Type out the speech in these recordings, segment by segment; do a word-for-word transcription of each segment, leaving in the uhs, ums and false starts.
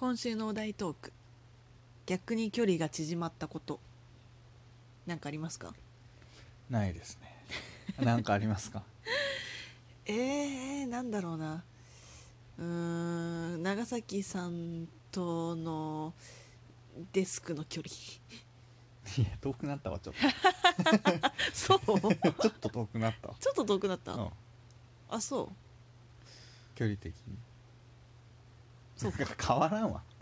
今週のお題トーク、逆に距離が縮まったこと、なんかありますか？ ないですね。なんかありますか？ えー、なんだろうな。うーん、長崎さんとのデスクの距離。 いや遠くなったわちょっそうとちょっと遠くなったわ。 ちょっと遠くなった、 うん、 あ、そう距離的にそうか変わらんわ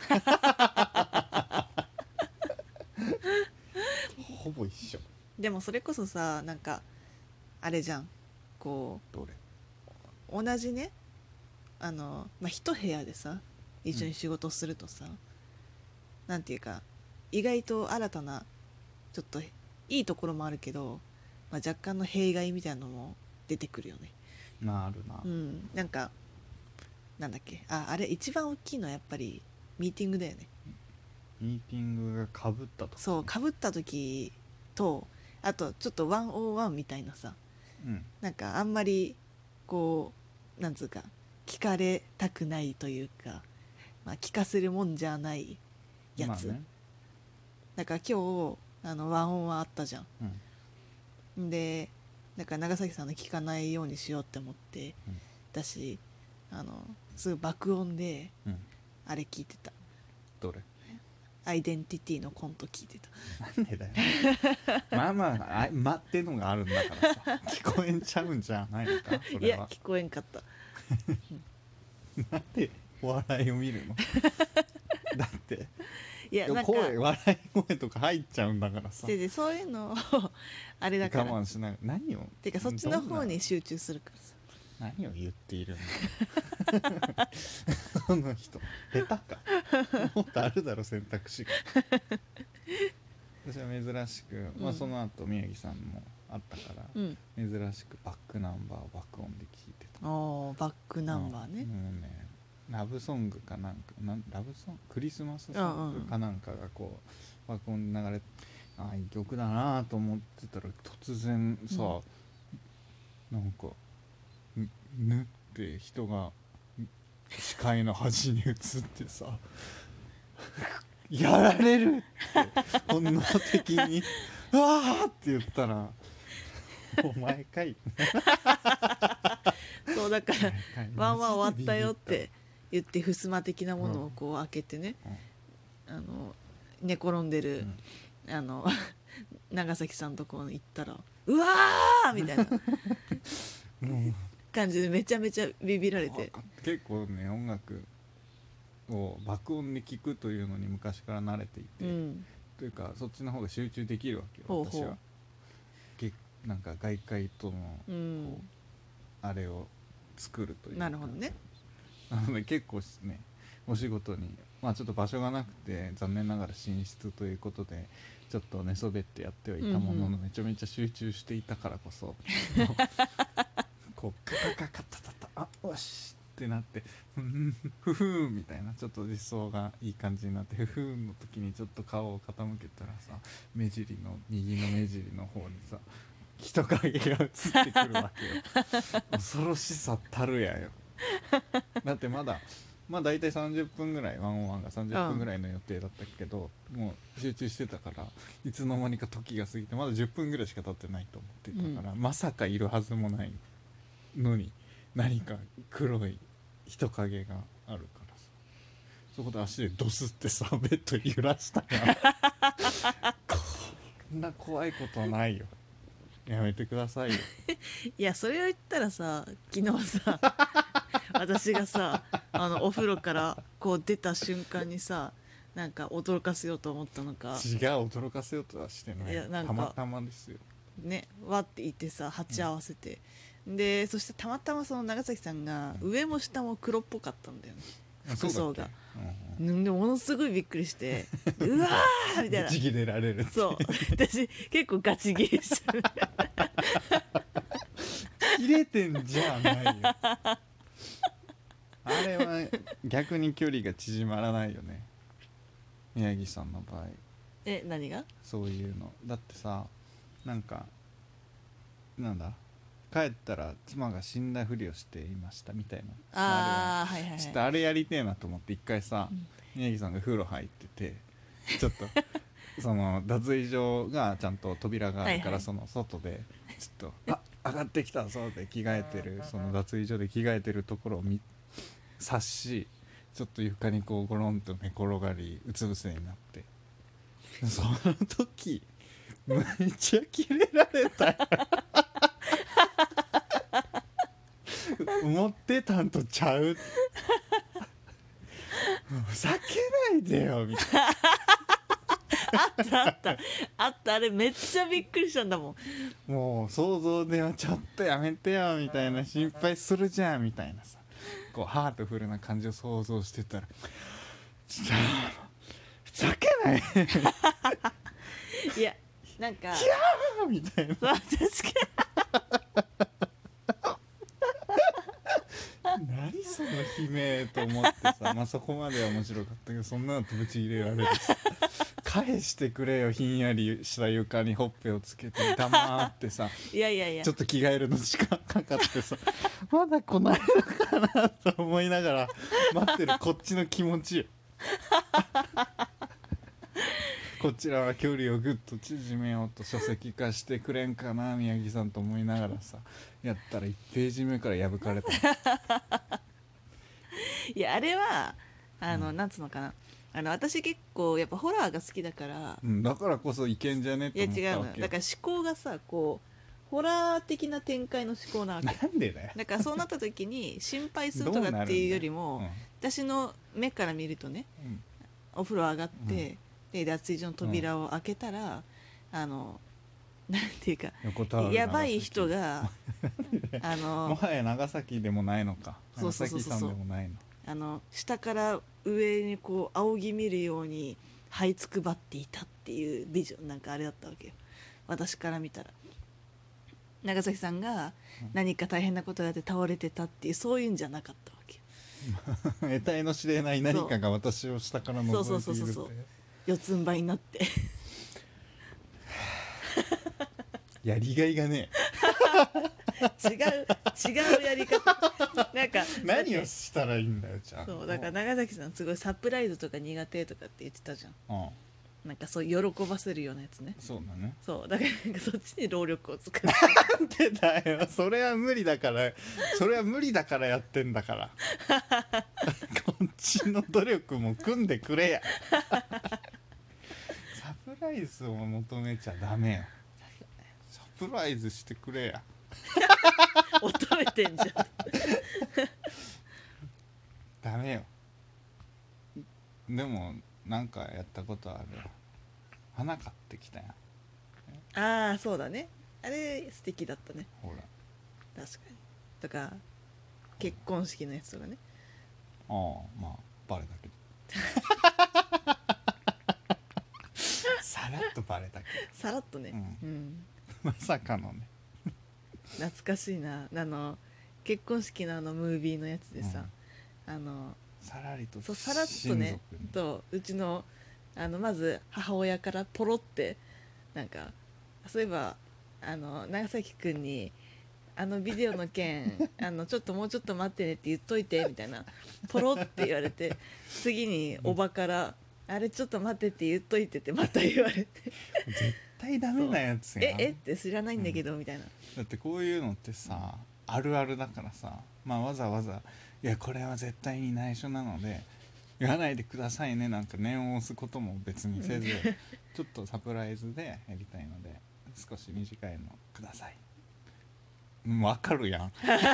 ほぼ一緒。 でもそれこそさ、なんかあれじゃん、こどれ？ う同じね、あの、まあ、一部屋でさ一緒に仕事をするとさ、うん、なんていうか意外と新たなちょっといいところもあるけど、まあ、若干の弊害みたいなのも出てくるよね。 まああるな。 うん、なんかなんだっけ、あ、あれ一番大きいのはやっぱりミーティングだよね。 ミーティングがかぶったと。 そう、かぶった時と、あとちょっとワンオーワンみたいなさ、 うん、 なんかあんまりこうなんつうか聞かれたくないというか、まあ、聞かせるもんじゃないやつ、まあね、だから今日あのワンオンワンあったじゃん、うん、でだから長崎さんの聞かないようにしようって思って、うん、だしあのすぐ爆音で、うん、あれ聞いてた。 どれ？ アイデンティティのコント聞いてた。 なんでだよまあまあ、あ待ってのがあるんだからさ聞こえんちゃうんじゃないのかそれは。 いや聞こえんかったなんでお笑いを見るのだっていや、なんか声笑い声とか入っちゃうんだからさ。 ででそういうのをあれだから我慢しながら何をてかそっちの方に集中するからさ。 何を言っているのこの人下手かもっとあるだろ選択肢が私は珍しく、うん、まあ、その後宮城さんもあったから、うん、珍しくバックナンバーを爆音で聞いてた。 おバックナンバーね、 うん、もうねラブソングかなんかなんラブソングクリスマスソングかなんかがこう爆音で流れて、ああいい曲だなと思ってたら突然さ、うん、なんかぬって人が視界の端に映ってさやられるって本能的にうわーって言ったらお前かいそうだからワンワン終わったよって言って襖的なものをこう開けてね、うん、あの寝転んでる、うん、あの長崎さんとこ行ったらうわーみたいなもう感じでめちゃめちゃビビられて、 結構ね音楽を爆音で聞くというのに昔から慣れていて、うん、というかそっちの方が集中できるわけよ。ほうほう、私はなんか外界との、うん、あれを作るというか。 なるほどね。 なので結構ねお仕事にまあちょっと場所がなくて残念ながら寝室ということでちょっと寝そべってやってはいたものの、うんうん、めちゃめちゃ集中していたからこそこうカカカカタタタあよしってなってふふーんみたいなちょっと理想がいい感じになってふふーんの時にちょっと顔を傾けたらさ目尻の右の目尻の方にさ人影が映ってくるわけよ恐ろしさたるやよだってまだまあ大体さんじゅっぷんぐらいワンオンワンがさんじゅっぷんぐらいの予定だったけど、うん、もう集中してたからいつの間にか時が過ぎてまだじゅっぷんぐらいしか経ってないと思ってたから、うん、まさかいるはずもないのに何か黒い人影があるからさそこで足でドスってさベッド揺らしたらこんな怖いことないよやめてくださいよいやそれを言ったらさ昨日さ私がさあのお風呂からこう出た瞬間にさなんか驚かせようと思ったのか。 違う驚かせようとはしてない。いやなんかたまたまですよねわって言ってさ鉢合わせて、うん、でそしてたまたまその長崎さんが上も下も黒っぽかったんだよね、うん、服装が、うんうん、でものすごいびっくりしてうわーみたいなガチ切れられるってそう私結構ガチ切れしてる切れてんじゃないよあれは逆に距離が縮まらないよね宮城さんの場合。 え何がそういうのだってさなんかなんだ帰ったら妻が死んだふりをしていましたみたいなああはいはいはいちょっとあれやりてえなと思って一回さ、うん、 宮城さんが風呂入っててちょっとその脱衣所がちゃんと扉があるから、はいはい、その外でちょっとあ上がってきたぞで着替えてるその脱衣所で着替えてるところを見察しちょっと床にこうゴロンと寝転がりうつ伏せになってその時めっちゃキレられたよ思ってたんとちゃうふざけないでよみたいなあったあったあったあれめっちゃびっくりしたんだもんもう想像ではちょっとやめてよみたいな心配するじゃんみたいなさこうハートフルな感じを想像してたらちょっとふざけないいやなんかキャーみたいな確かに何その悲鳴と思ってさまあそこまでは面白かったけどそんなのとぶち入れられるし返してくれよひんやりした床にほっぺをつけて黙ってさいやいやいやちょっと着替えるの時間かかってさまだ来ないのかなと思いながら待ってるこっちの気持ちよこちらは距離をぐっと縮めようと書籍化してくれんかな宮城さんと思いながらさやったらいちページ目から破かれたいやあれはあの、うん、なんつうのかなあの私結構やっぱホラーが好きだから、 うん、だからこそいけんじゃねって思ったわけ。 いや違うのだから思考がさこうホラー的な展開の思考なわけなんでだよだからそうなった時に心配するとかっていうよりも、うん、私の目から見るとね、うん、お風呂上がって、うん、で脱衣所の扉を開けたら、うん、あのなんていうかやばい人があのもはや長崎でもないのか長崎さんでもないのあの下から上にこう仰ぎ見るように這いつくばっていたっていうビジョンなんかあれだったわけよ私から見たら長崎さんが何か大変なことがあって倒れてたっていうそういうんじゃなかったわけよ得体の知れない何かが私を下から覗いているってそうそうそうそう四つん這いになってやりがいがね違う違うやり方なんか何をしたらいいんだよじゃあそうだから長崎さんすごいサプライズとか苦手とかって言ってたじゃん、うん、なんかそう喜ばせるようなやつねそうだねそうだからなんかそっちに労力を使うなんでだよそれは無理だからそれは無理だからやってんだからこっちの努力も組んでくれやサプライズを求めちゃダメよサプライズしてくれや求めてんじゃんダメよでもなんかやったことあるよ花買ってきたやんああそうだねあれ素敵だったねほら確かにとか結婚式のやつとかねああまあバレたけどさらっとバレたけどさらっとね、うんうん、 まさかのね懐かしいなあの結婚式のあのムービーのやつでさ、うん、あのさらりとそうさらっとねとうちのあのまず母親からポロってなんかそういえばあの長崎くんにあのビデオの件あのちょっともうちょっと待ってねって言っといてみたいなポロって言われて次におばからあれちょっと待ってって言っといてってまた言われて絶対ダメなやつやんええって知らないんだけど、うん、みたいなだってこういうのってさあるあるだからさまあわざわざいやこれは絶対に内緒なので言わないでくださいねなんか念を押すことも別にせずちょっとサプライズでやりたいので少し短いのください分かるやん分か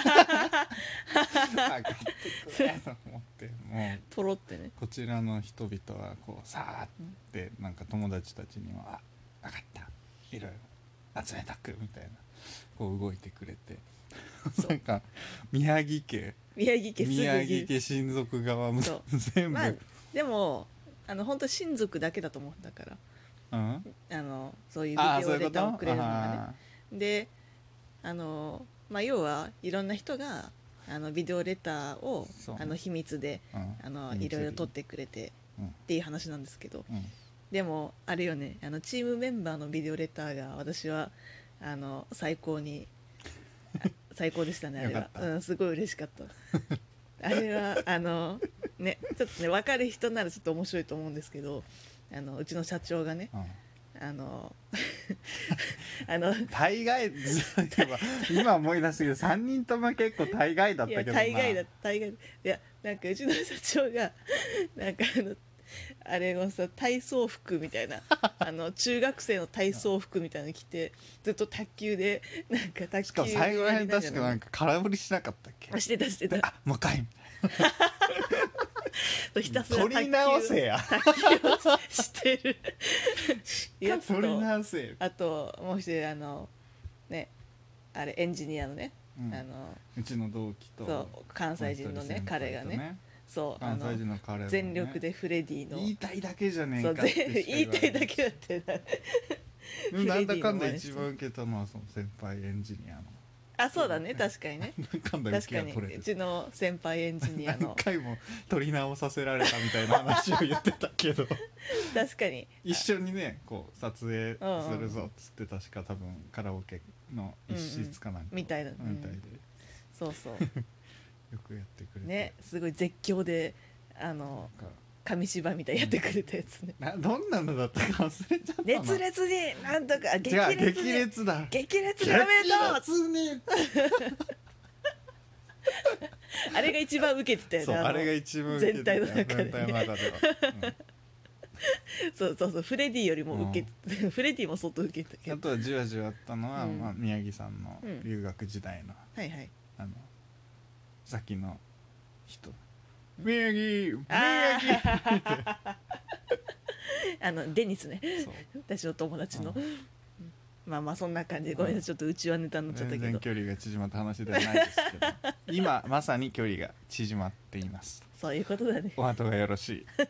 ってくれと思ってもうポロってねこちらの人々はこうさーってなんか友達たちにはあ分かったいろいろ集めたくみたいなこう動いてくれてなんか宮城家宮城家すぐ宮城家親族側も全部、まあ、 でもあの本当親族だけだと思うんだから、うん、あのそういうビデオレターをくれるのがねであの、まあ、要はいろんな人があのビデオレターをあの秘密で、うん、あのいろいろ撮ってくれて、うん、っていう話なんですけど、うん、でもあれよねあのチームメンバーのビデオレターが私はあの最高に最高でしたねあれは、うん、すごい嬉しかったあれはあのねちょっとね分かる人ならちょっと面白いと思うんですけど、あのうちの社長がね、 うんあのあの大概今思い出したけどさんにんとも結構大概だったいやけどな。 大概だ大概いやなんかうちの社長がなんかあのあれをさ体操服みたいなあの中学生の体操服みたいなの着てずっと卓球でなんか卓球しかも最後らへん確かなんかか空振りしなかったっけ。 してたしてたあもう一回ひたすら取り直せや卓球をしてるやつと取り直せよ、 あともう一人あのねあれエンジニアのね、 うん、 あのうちの同期とそう関西人のね彼がねそうあの関西人の彼もね全力でフレディの言いたいだけじゃねそうえかってしかぜ言いたいだけだってなでもなんだかんだ一番受けたのはその先輩エンジニアのあそうだね確かにねなんだかんだ受確かにけが取れるうちの先輩エンジニア何の回も取り直させられたみたいな話を言ってたけど確かに一緒にねこう撮影するぞっつって確か多分カラオケの一室かなんか、 うんうんみたいなみたいで、 そうそうよくやってくれてねすごい絶叫であのなんか紙芝居みたいにやってくれたやつねなどんなのだったか忘れちゃったな熱烈になんとか激違う烈に激烈だ激烈におめでとう激烈にあれが一番受けてたよねのそうあれが一番受けてた全体の中でね全体の中では、 そうそうそうフレディよりも受けて、フレディも相当受けてたけどうんあとはじわじわあったのは、 うんまあ、宮城さんのうん留学時代の、 はいはいあの先の人宮城あ宮城ーあのデニスねそう私の友達の、 うんまあまあそんな感じでごめんなさいちょっとうちはネタになっちゃった全けど然距離が縮まった話ではないですけど今まさに距離が縮まっています。 そういうことだねお後がよろしい